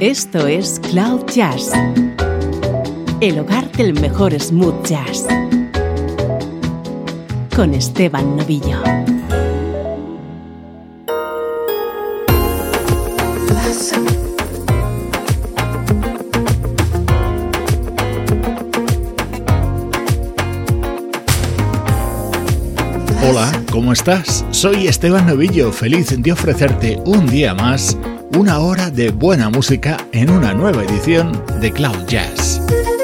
Esto es Cloud Jazz, el hogar del mejor smooth jazz, con Esteban Novillo. Hola, ¿cómo estás? Soy Esteban Novillo, feliz de ofrecerte un día más una hora de buena música en una nueva edición de Cloud Jazz.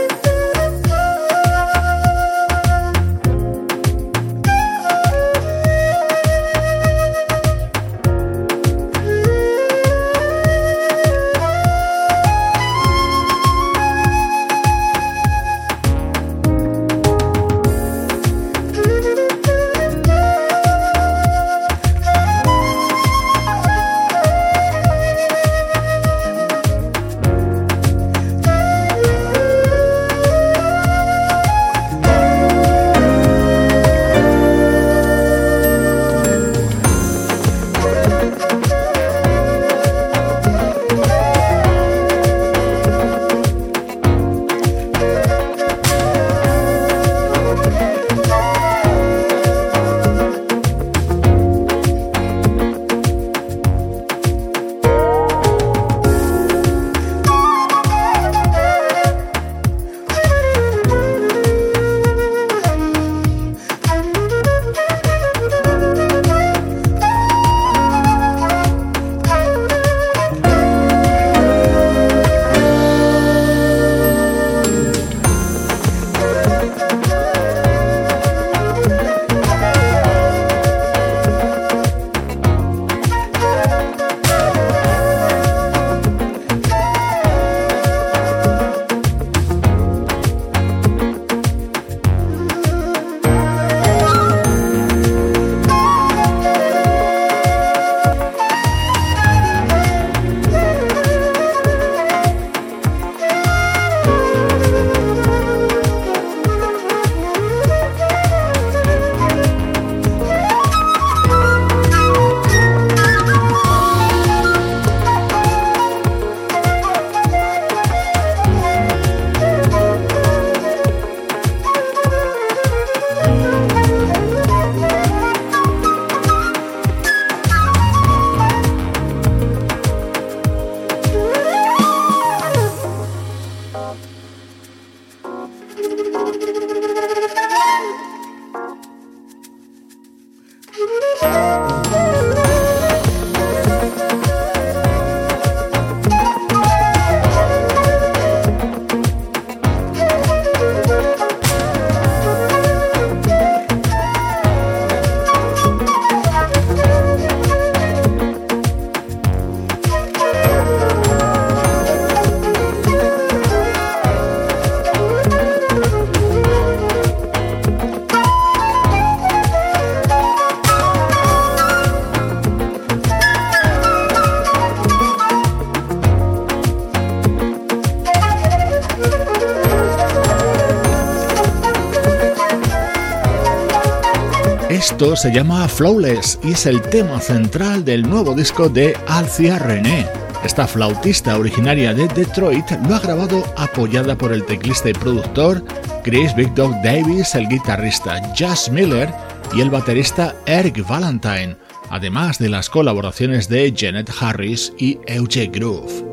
Esto se llama Flawless y es el tema central del nuevo disco de Alcia René. Esta flautista originaria de Detroit lo ha grabado apoyada por el teclista y productor Chris Big Dog Davis, el guitarrista Jazz Miller y el baterista Eric Valentine, además de las colaboraciones de Janet Harris y Eugene Groove.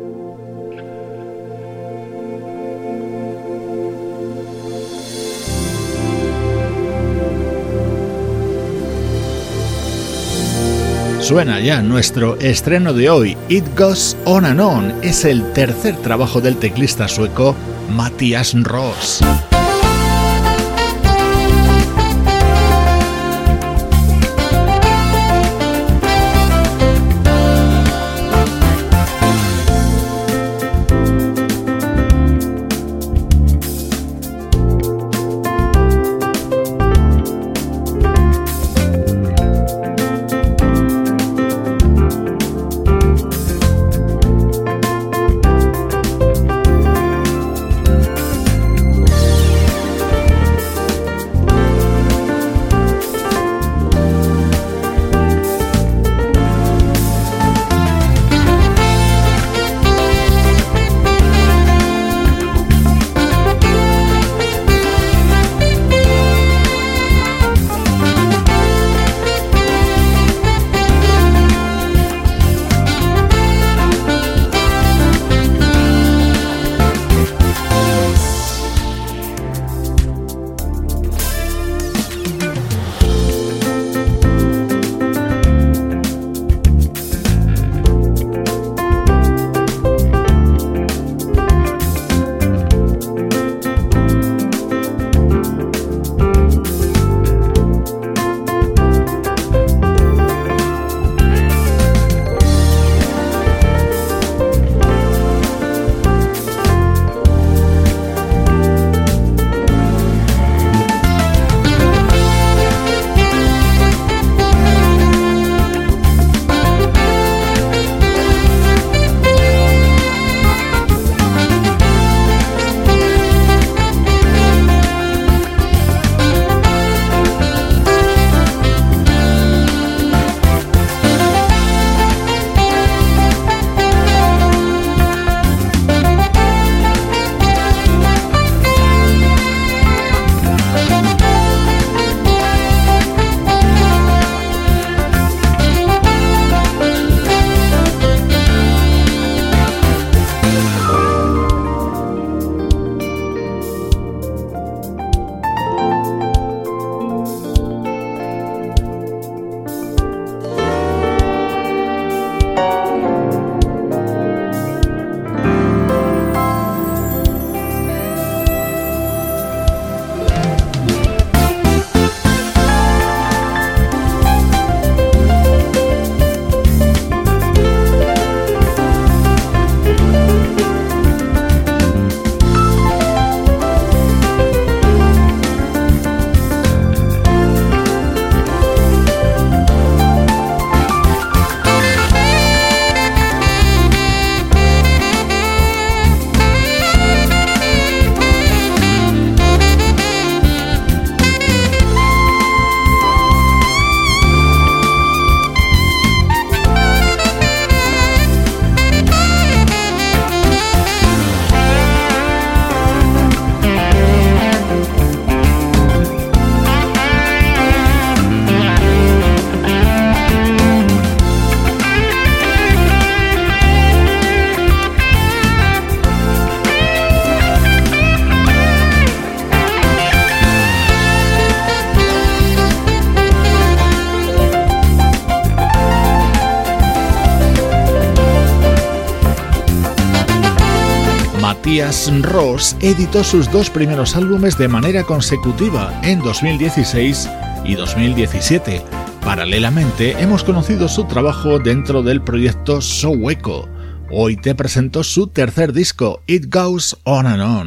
Suena ya nuestro estreno de hoy, It Goes On and On, es el tercer trabajo del teclista sueco Mattias Ross. Tobias Ross editó sus dos primeros álbumes de manera consecutiva en 2016 y 2017. Paralelamente, hemos conocido su trabajo dentro del proyecto Soweco. Hoy te presento su tercer disco, It Goes On and On.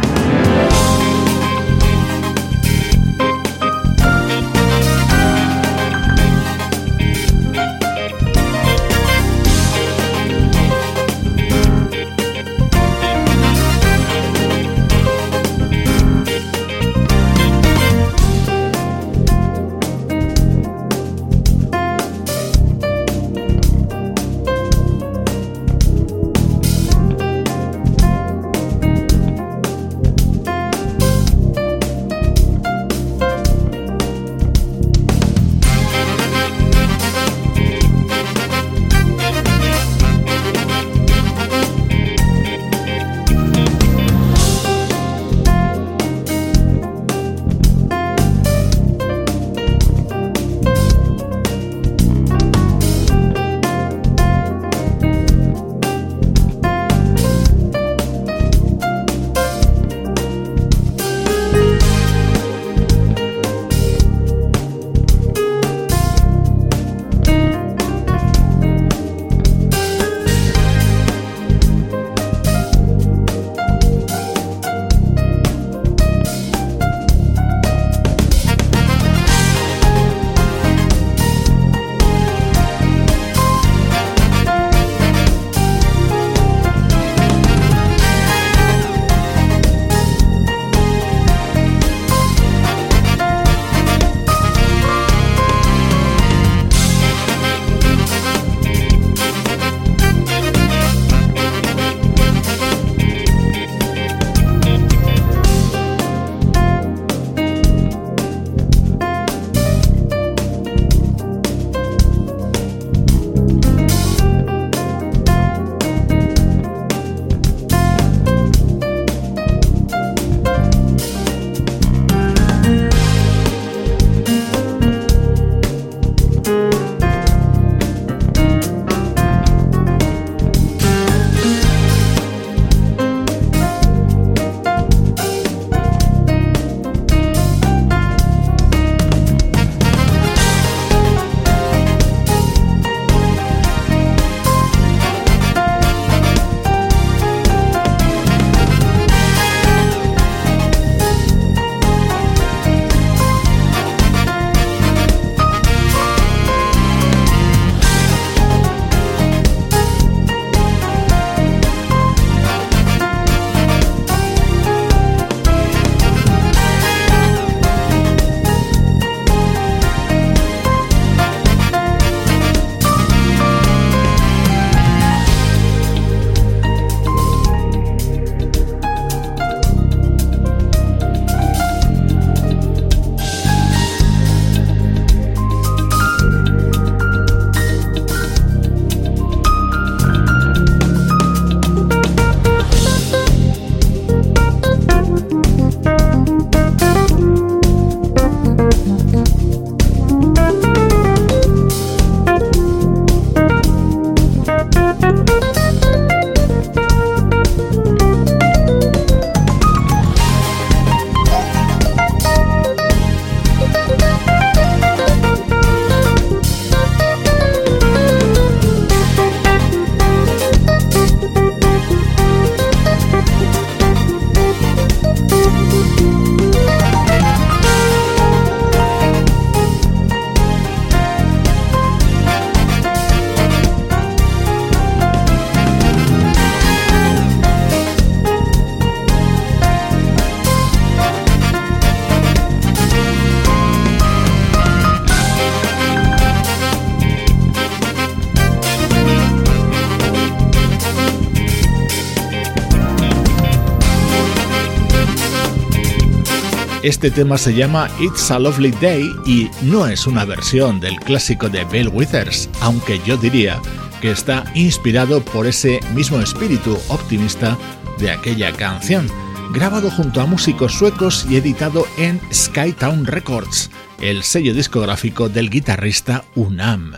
Este tema se llama It's a Lovely Day y no es una versión del clásico de Bill Withers, aunque yo diría que está inspirado por ese mismo espíritu optimista de aquella canción, grabado junto a músicos suecos y editado en Skytown Records, el sello discográfico del guitarrista Unam.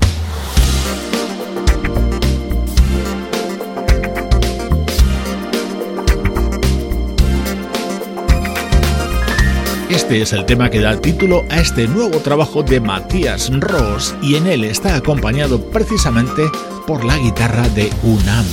Este es el tema que da título a este nuevo trabajo de Matías Ross y en él está acompañado precisamente por la guitarra de Unam.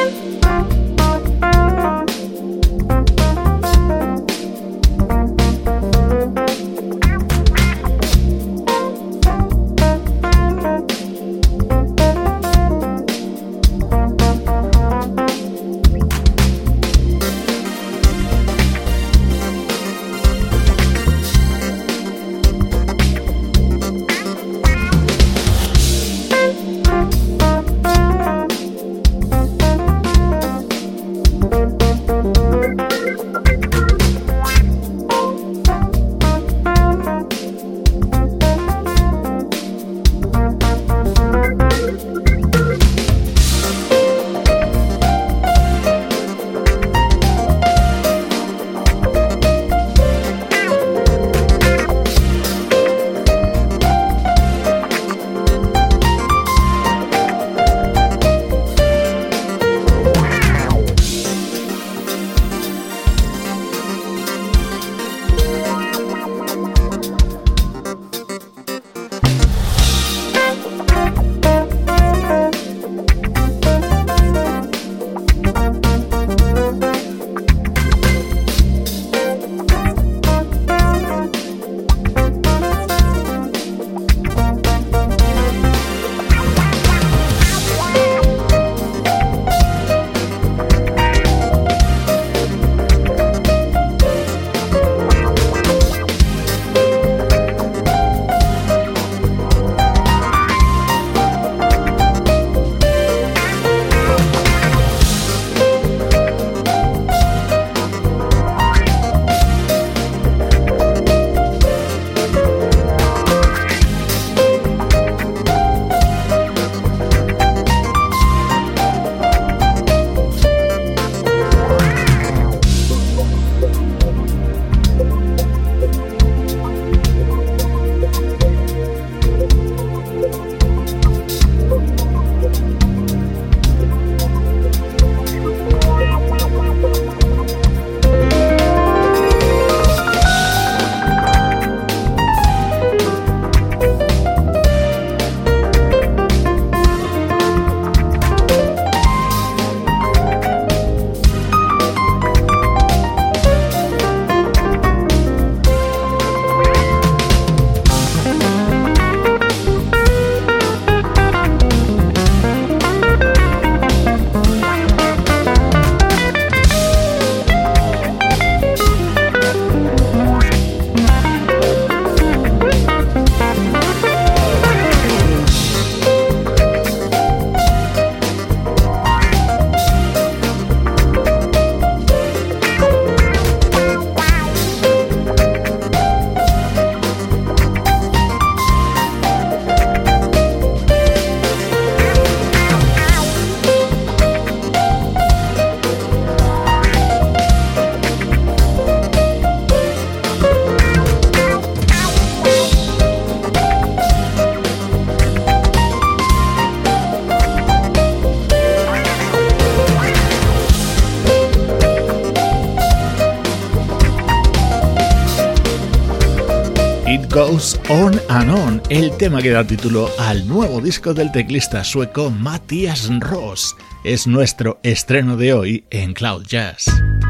Goes On and On, el tema que da título al nuevo disco del teclista sueco Matías Ross. Es nuestro estreno de hoy en Cloud Jazz.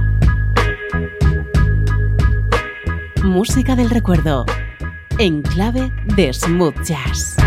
Música del recuerdo, en clave de smooth jazz.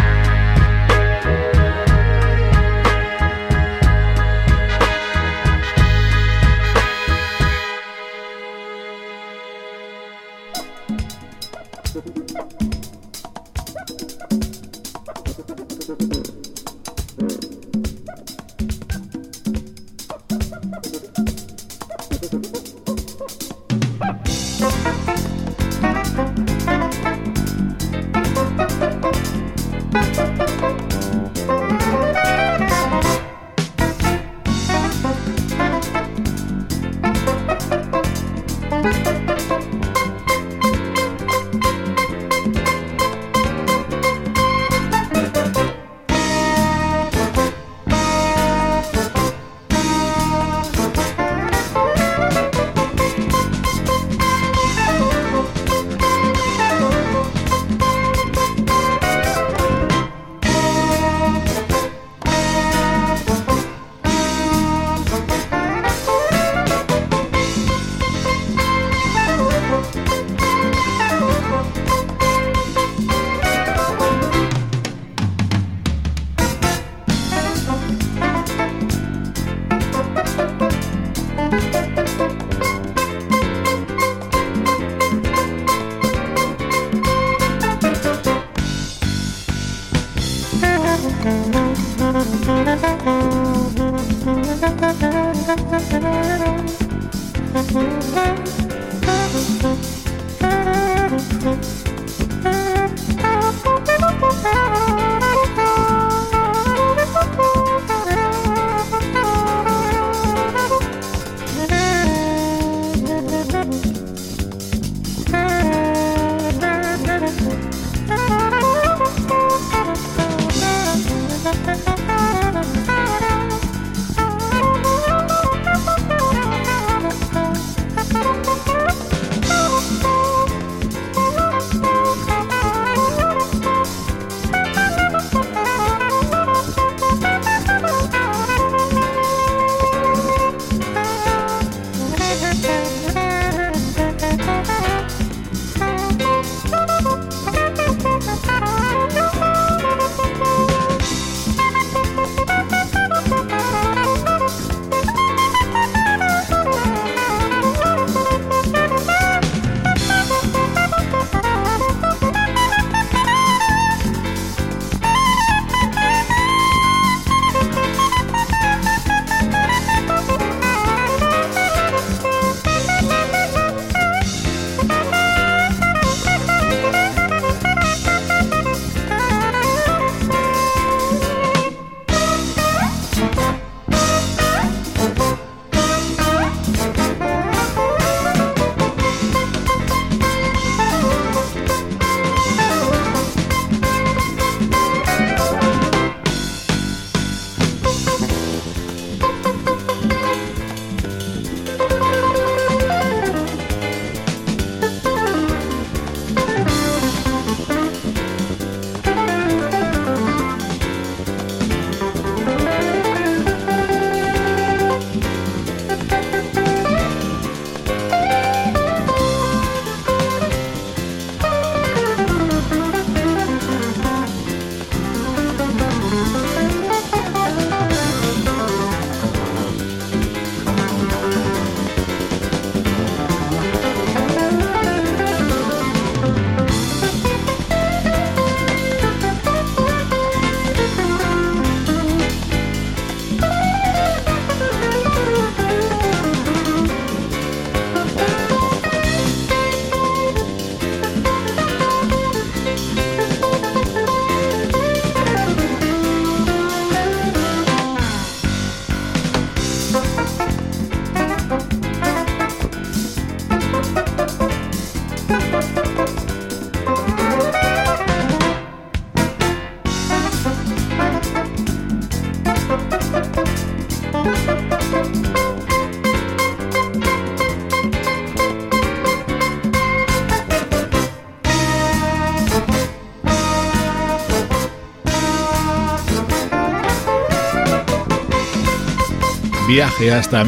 Viaje hasta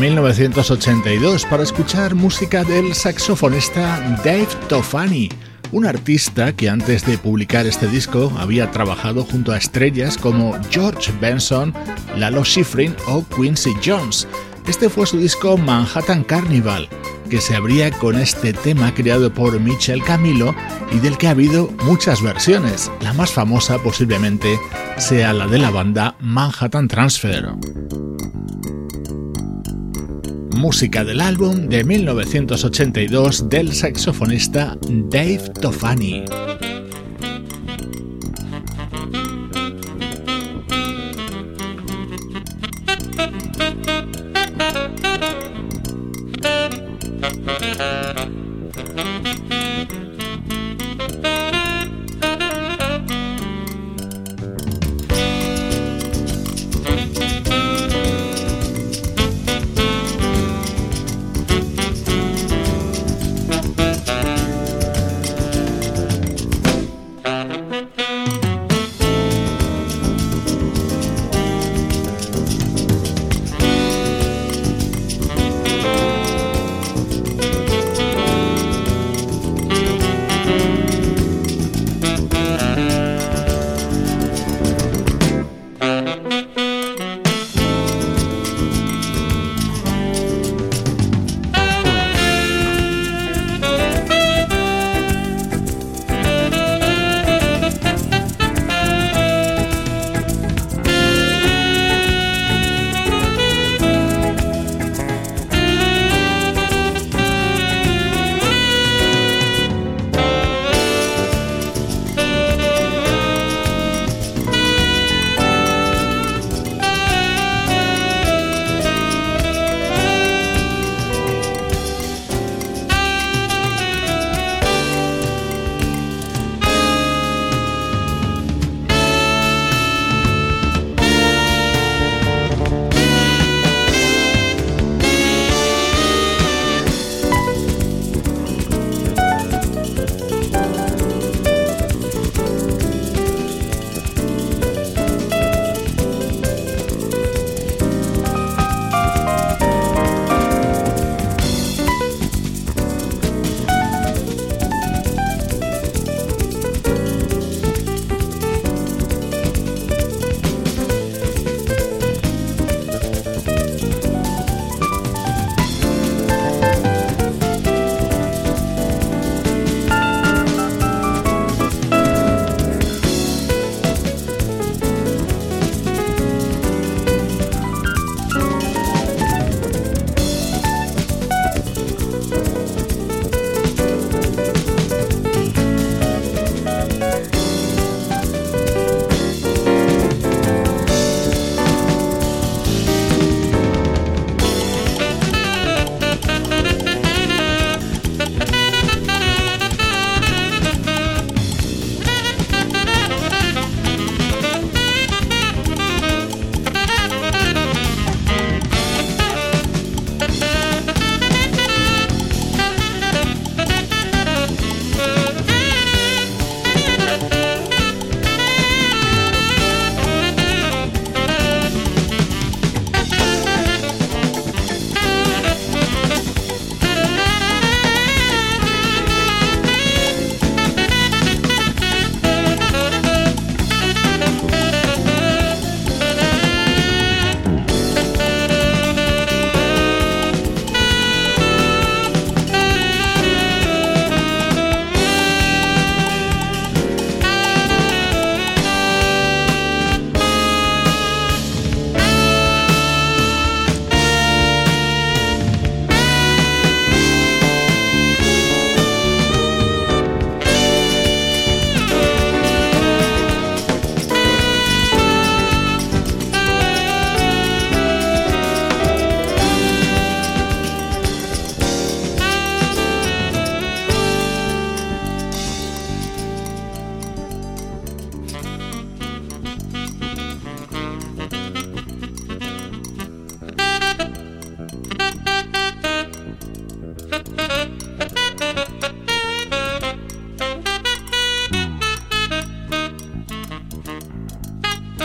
1982 para escuchar música del saxofonista Dave Tofani, un artista que antes de publicar este disco había trabajado junto a estrellas como George Benson, Lalo Schifrin o Quincy Jones. Este fue su disco Manhattan Carnival, que se abría con este tema creado por Michel Camilo y del que ha habido muchas versiones. La más famosa posiblemente sea la de la banda Manhattan Transfer. Música del álbum de 1982 del saxofonista Dave Tofani.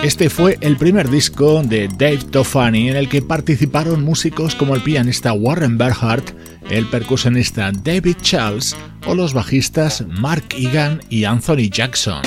Este fue el primer disco de Dave Tofani en el que participaron músicos como el pianista Warren Berhart, el percusionista David Charles o los bajistas Mark Egan y Anthony Jackson.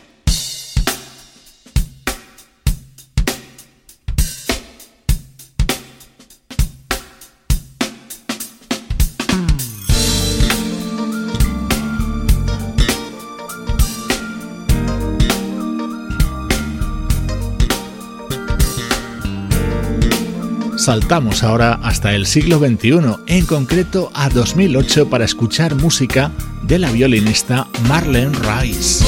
Saltamos ahora hasta el siglo XXI, en concreto a 2008, para escuchar música de la violinista Marlene Rice.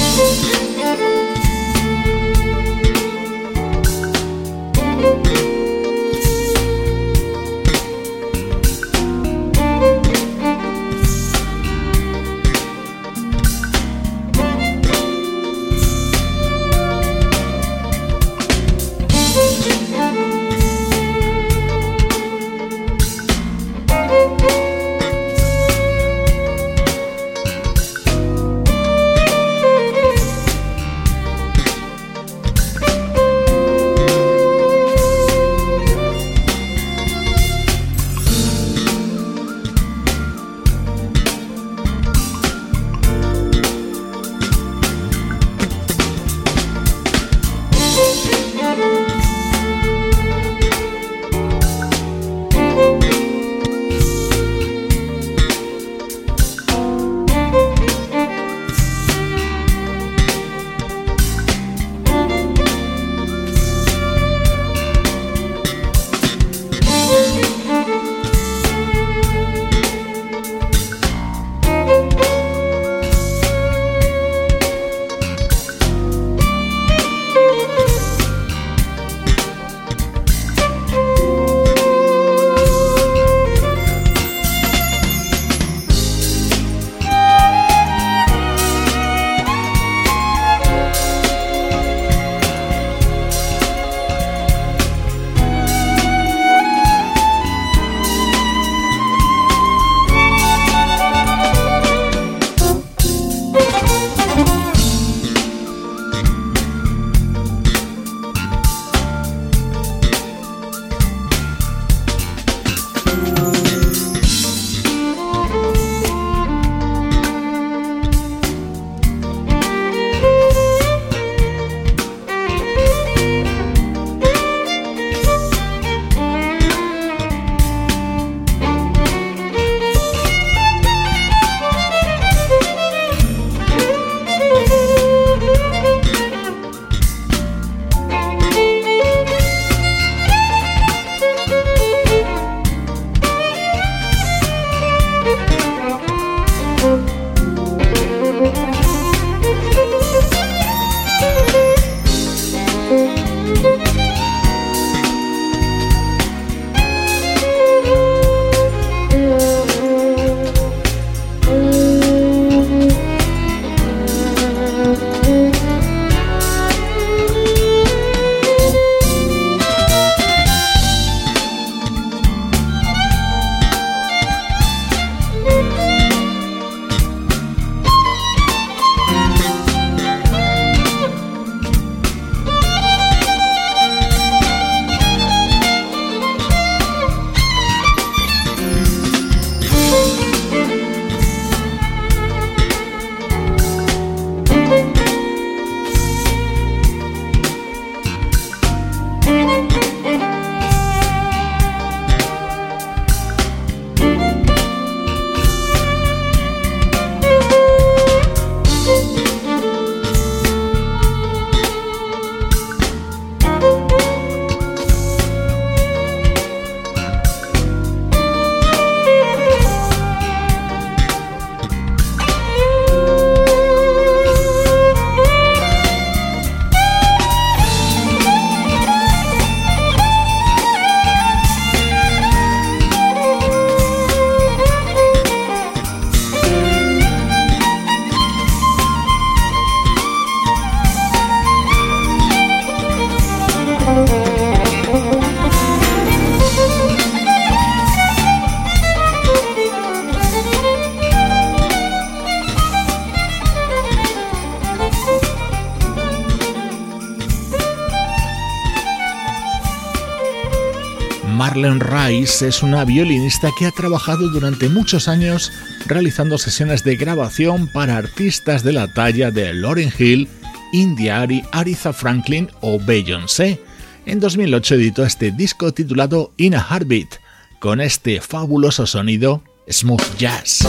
Marlene Rice es una violinista que ha trabajado durante muchos años realizando sesiones de grabación para artistas de la talla de Lauryn Hill, India Arie, Aretha Franklin o Beyoncé. En 2008 editó este disco titulado In a Heartbeat, con este fabuloso sonido smooth jazz.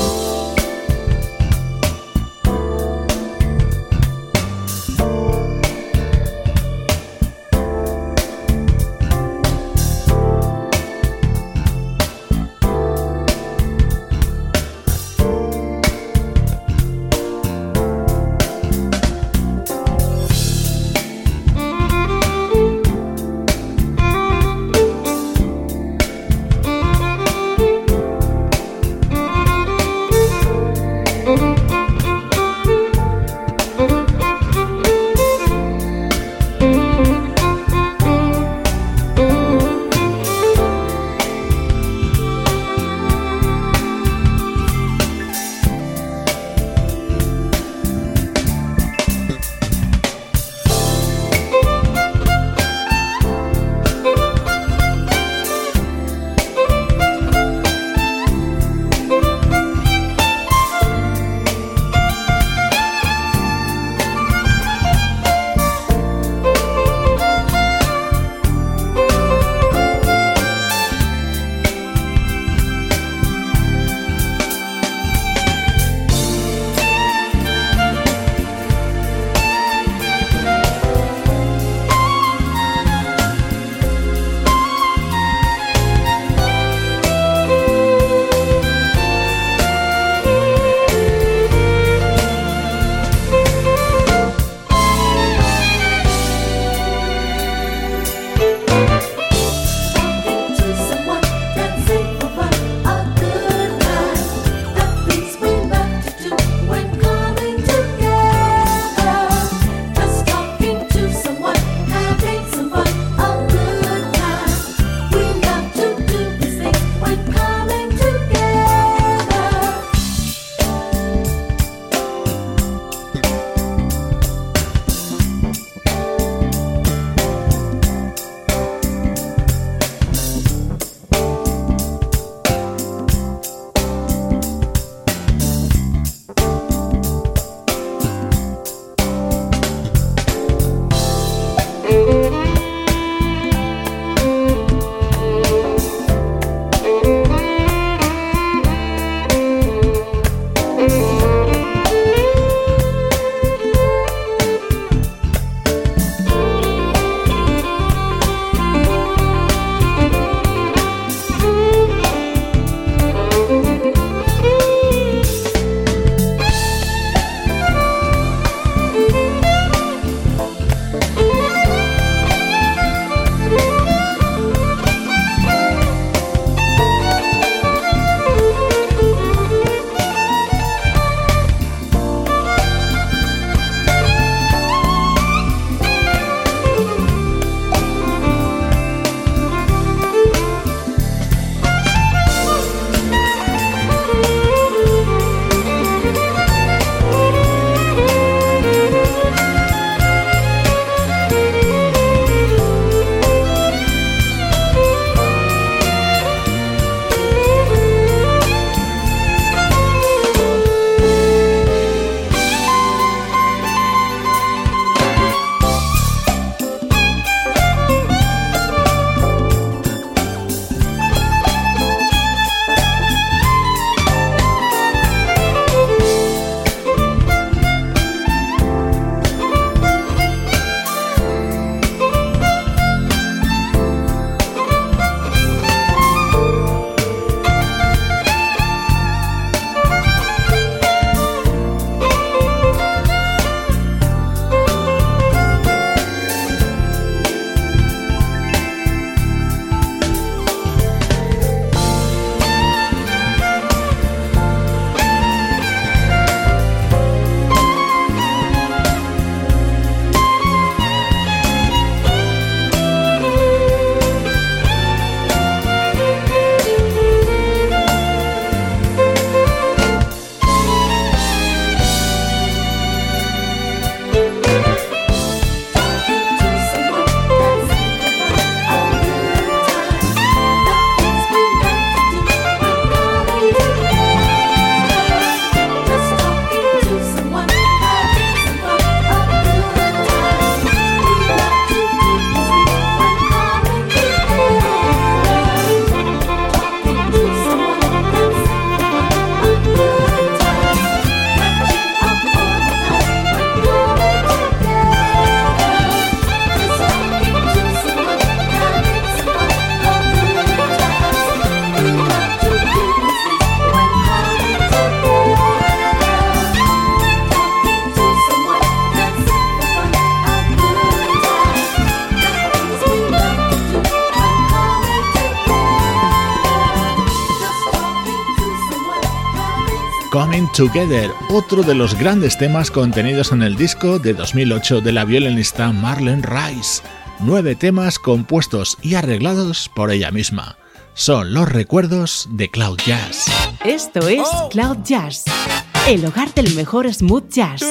Coming Together, otro de los grandes temas contenidos en el disco de 2008 de la violinista Marlene Rice. 9 temas compuestos y arreglados por ella misma. Son los recuerdos de Cloud Jazz. Esto es Cloud Jazz, el hogar del mejor smooth jazz.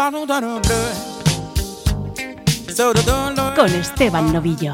Con Esteban Novillo.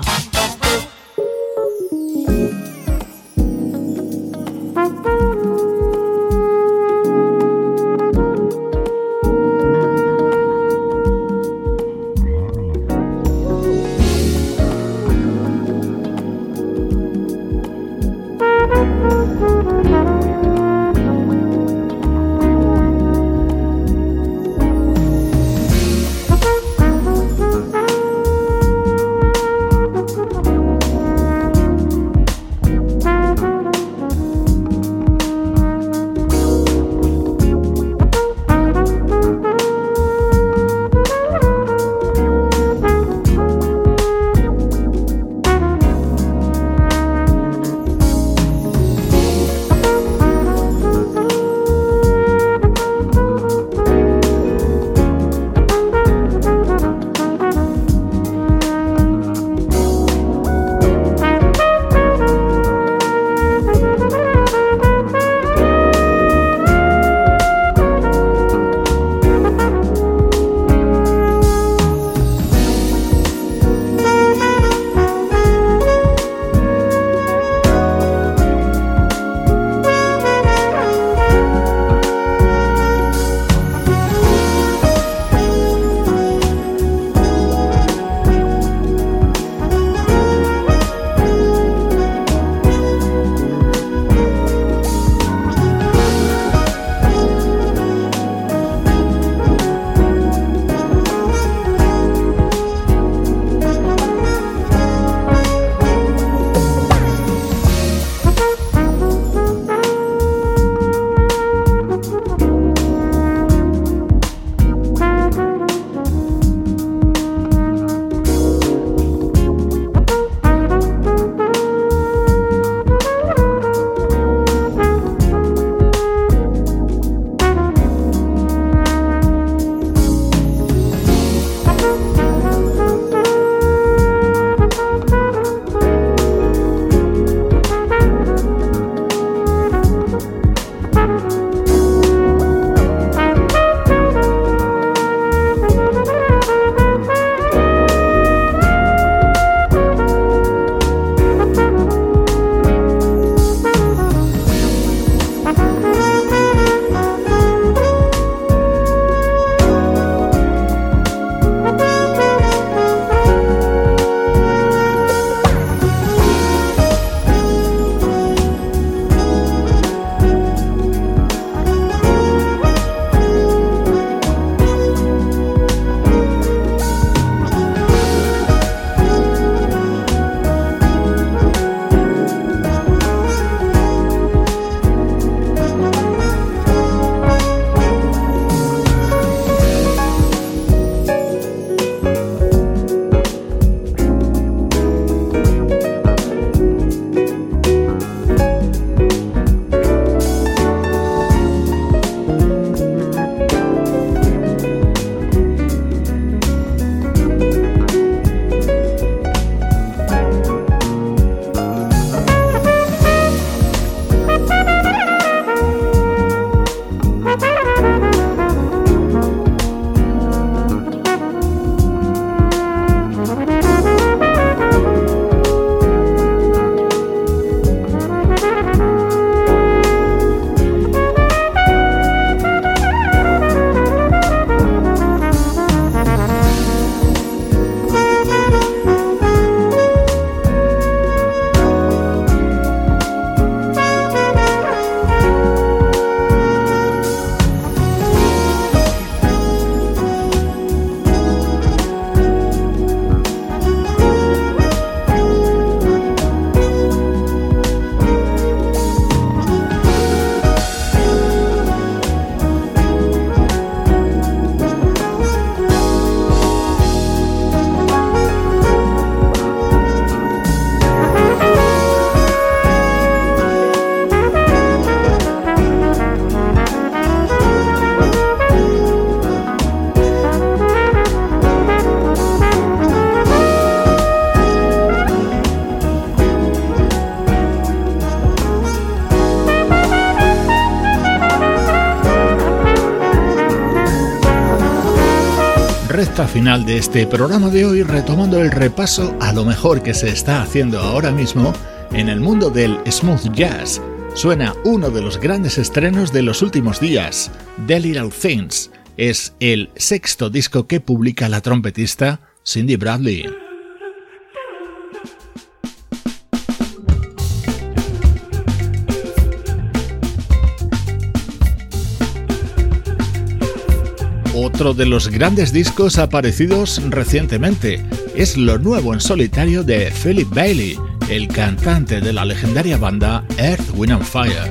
recta final de este programa de hoy, retomando el repaso a lo mejor que se está haciendo ahora mismo en el mundo del smooth jazz. Suena uno de los grandes estrenos de los últimos días, The Little Things. Es el sexto disco que publica la trompetista Cindy Bradley. Otro de los grandes discos aparecidos recientemente es lo nuevo en solitario de Philip Bailey, el cantante de la legendaria banda Earth, Wind and Fire.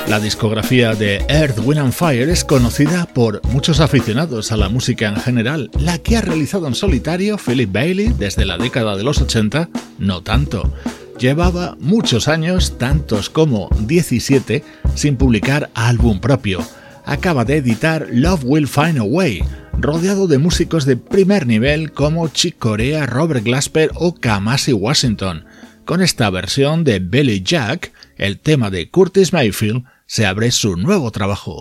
La discografía de Earth, Wind and Fire es conocida por muchos aficionados a la música en general. La que ha realizado en solitario Philip Bailey desde la década de los 80, no tanto. Llevaba muchos años, tantos como 17, sin publicar álbum propio. Acaba de editar Love Will Find a Way, rodeado de músicos de primer nivel como Chick Corea, Robert Glasper o Kamasi Washington. Con esta versión de Billy Jack, el tema de Curtis Mayfield, se abre su nuevo trabajo.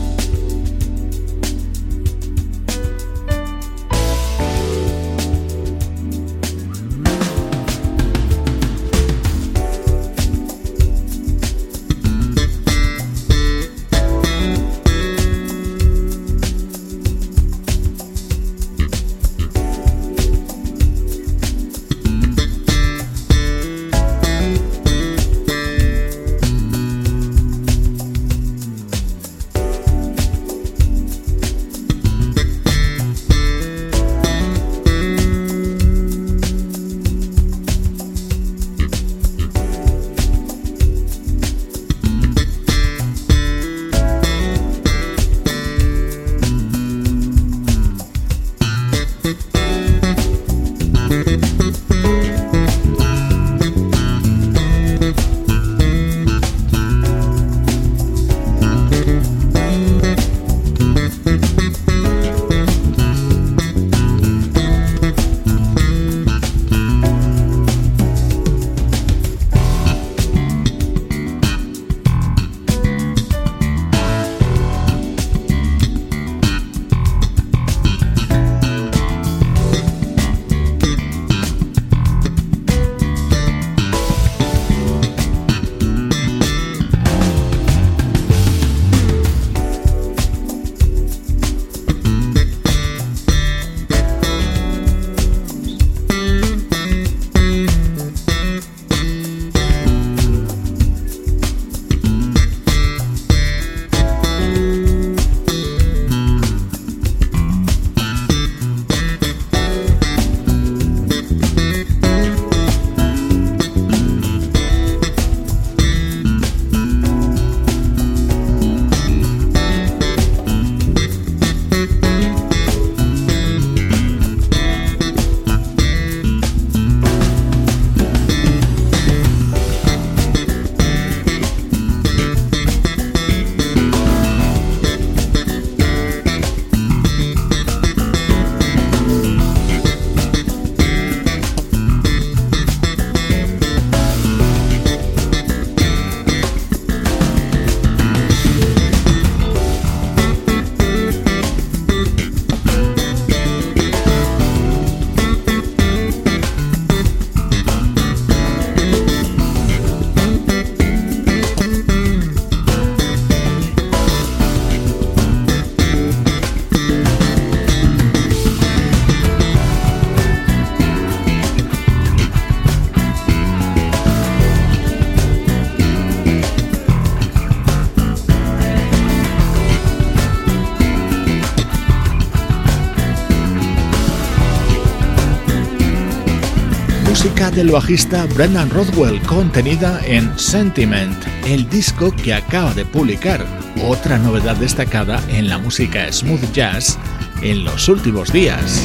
Del bajista Brendan Rothwell, contenida en Sentiment, el disco que acaba de publicar, otra novedad destacada en la música smooth jazz en los últimos días.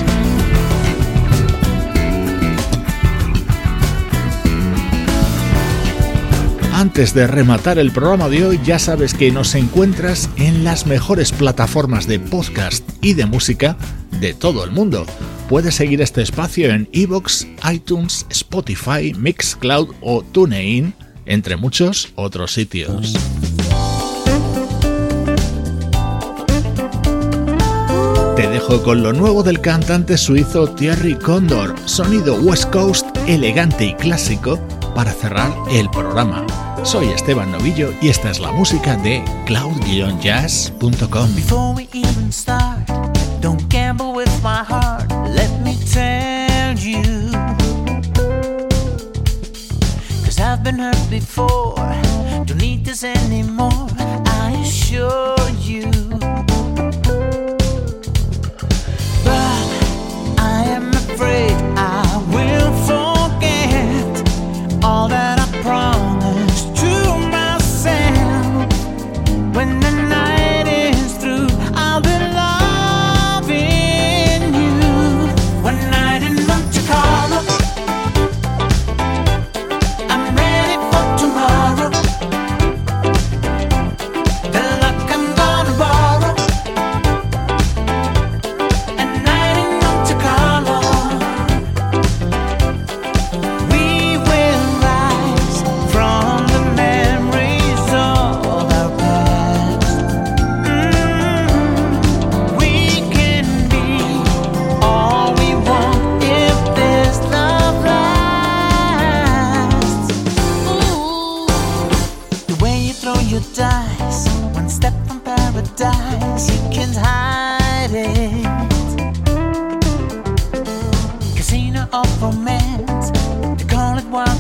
Antes de rematar el programa de hoy, ya sabes que nos encuentras en las mejores plataformas de podcast y de música de todo el mundo. Puedes seguir este espacio en iVoox, iTunes, Spotify, Mixcloud o TuneIn, entre muchos otros sitios. Te dejo con lo nuevo del cantante suizo Thierry Condor, sonido West Coast elegante y clásico para cerrar el programa. Soy Esteban Novillo y esta es la música de cloud-jazz.com. Don't gamble with my heart, let me tell you. 'Cause I've been hurt before, don't need this anymore, I assure you. But I am afraid I will forget all that I promised to myself.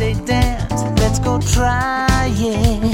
dance, let's go try it.